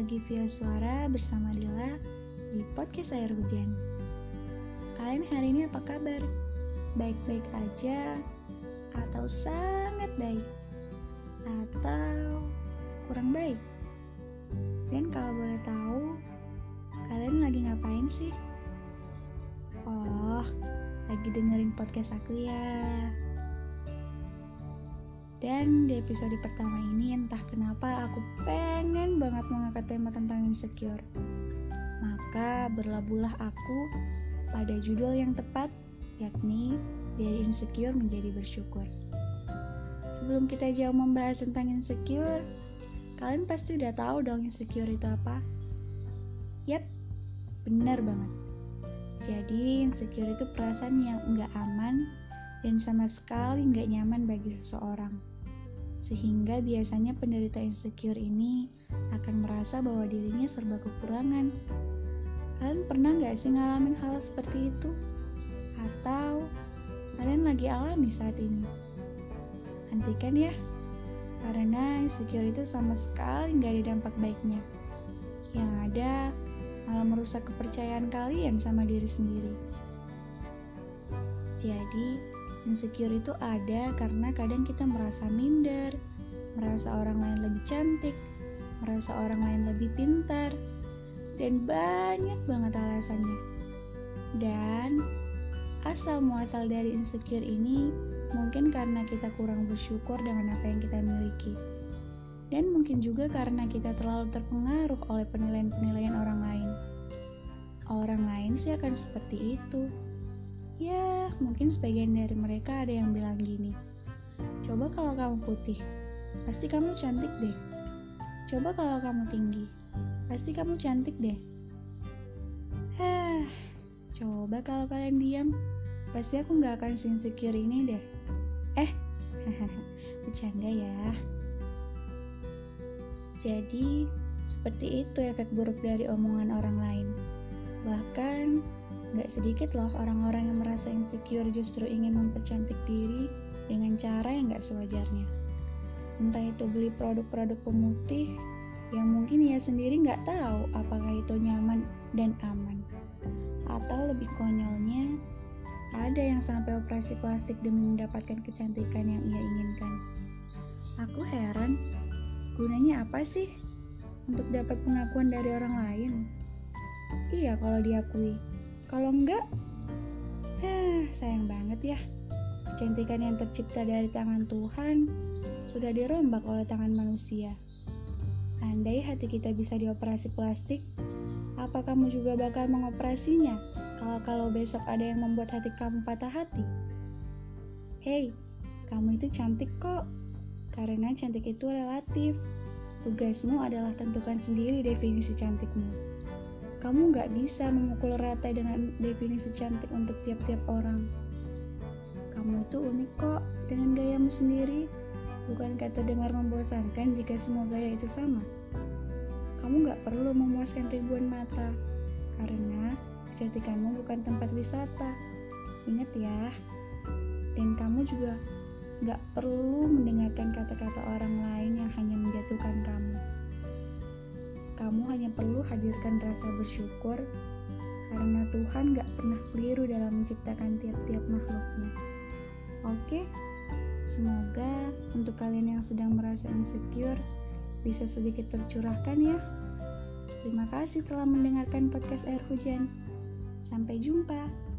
lagi via suara bersama Dila di podcast Air Hujan. Kalian hari ini apa kabar? Baik-baik aja? Atau sangat baik? Atau kurang baik? Dan kalau boleh tahu, kalian lagi ngapain sih? Oh, lagi dengerin podcast aku ya. Dan di episode pertama ini entah kenapa aku pengen banget mengangkat tema tentang insecure. Maka berlabuhlah aku pada judul yang tepat, yakni dari insecure menjadi bersyukur. Sebelum kita jauh membahas tentang insecure, kalian pasti udah tahu dong insecure itu apa? Yap, benar banget. Jadi insecure itu perasaan yang enggak aman dan sama sekali enggak nyaman bagi seseorang. Sehingga biasanya penderita insecure ini akan merasa bahwa dirinya serba kekurangan. Kalian pernah gak sih ngalamin hal seperti itu? Atau kalian lagi alami saat ini? Hentikan ya, karena insecure itu sama sekali gak ada dampak baiknya. Yang ada malah merusak kepercayaan kalian sama diri sendiri. Jadi insecure itu ada karena kadang kita merasa minder, merasa orang lain lebih cantik, merasa orang lain lebih pintar, dan banyak banget alasannya. Dan asal muasal dari insecure ini mungkin karena kita kurang bersyukur dengan apa yang kita miliki. Dan mungkin juga karena kita terlalu terpengaruh oleh penilaian-penilaian orang lain. Orang lain sih akan seperti itu. Ya, mungkin sebagian dari mereka ada yang bilang gini, coba kalau kamu putih, pasti kamu cantik deh. Coba kalau kamu tinggi, pasti kamu cantik deh. Coba kalau kalian diam, pasti aku gak akan insecure ini deh. Bercanda ya. Jadi, seperti itu efek buruk dari omongan orang lain. Bahkan gak sedikit loh orang-orang yang merasa insecure justru ingin mempercantik diri dengan cara yang gak sewajarnya. Entah itu beli produk-produk pemutih yang mungkin ia sendiri gak tahu apakah itu nyaman dan aman. Atau lebih konyolnya, ada yang sampai operasi plastik demi mendapatkan kecantikan yang ia inginkan. Aku heran, gunanya apa sih untuk dapat pengakuan dari orang lain? Iya kalau diakui. Kalau enggak, sayang banget ya. Kecantikan yang tercipta dari tangan Tuhan sudah dirombak oleh tangan manusia. Andai hati kita bisa dioperasi plastik, apa kamu juga bakal mengoperasinya kalau besok ada yang membuat hati kamu patah hati? Hei, kamu itu cantik kok. Karena cantik itu relatif. Tugasmu adalah tentukan sendiri definisi cantikmu. Kamu gak bisa memukul rata dengan definisi cantik untuk tiap-tiap orang. Kamu itu unik kok dengan gayamu sendiri. Bukankah terdengar membosankan jika semua gaya itu sama? Kamu gak perlu memuaskan ribuan mata, karena kecantikanmu bukan tempat wisata. Ingat ya. Dan kamu juga gak perlu mendengarkan kata-kata orang lain yang hanya menjatuhkan kamu. Kamu hanya perlu hadirkan rasa bersyukur karena Tuhan gak pernah keliru dalam menciptakan tiap-tiap makhluknya. Oke, semoga untuk kalian yang sedang merasa insecure bisa sedikit tercurahkan ya. Terima kasih telah mendengarkan podcast Air Hujan. Sampai jumpa.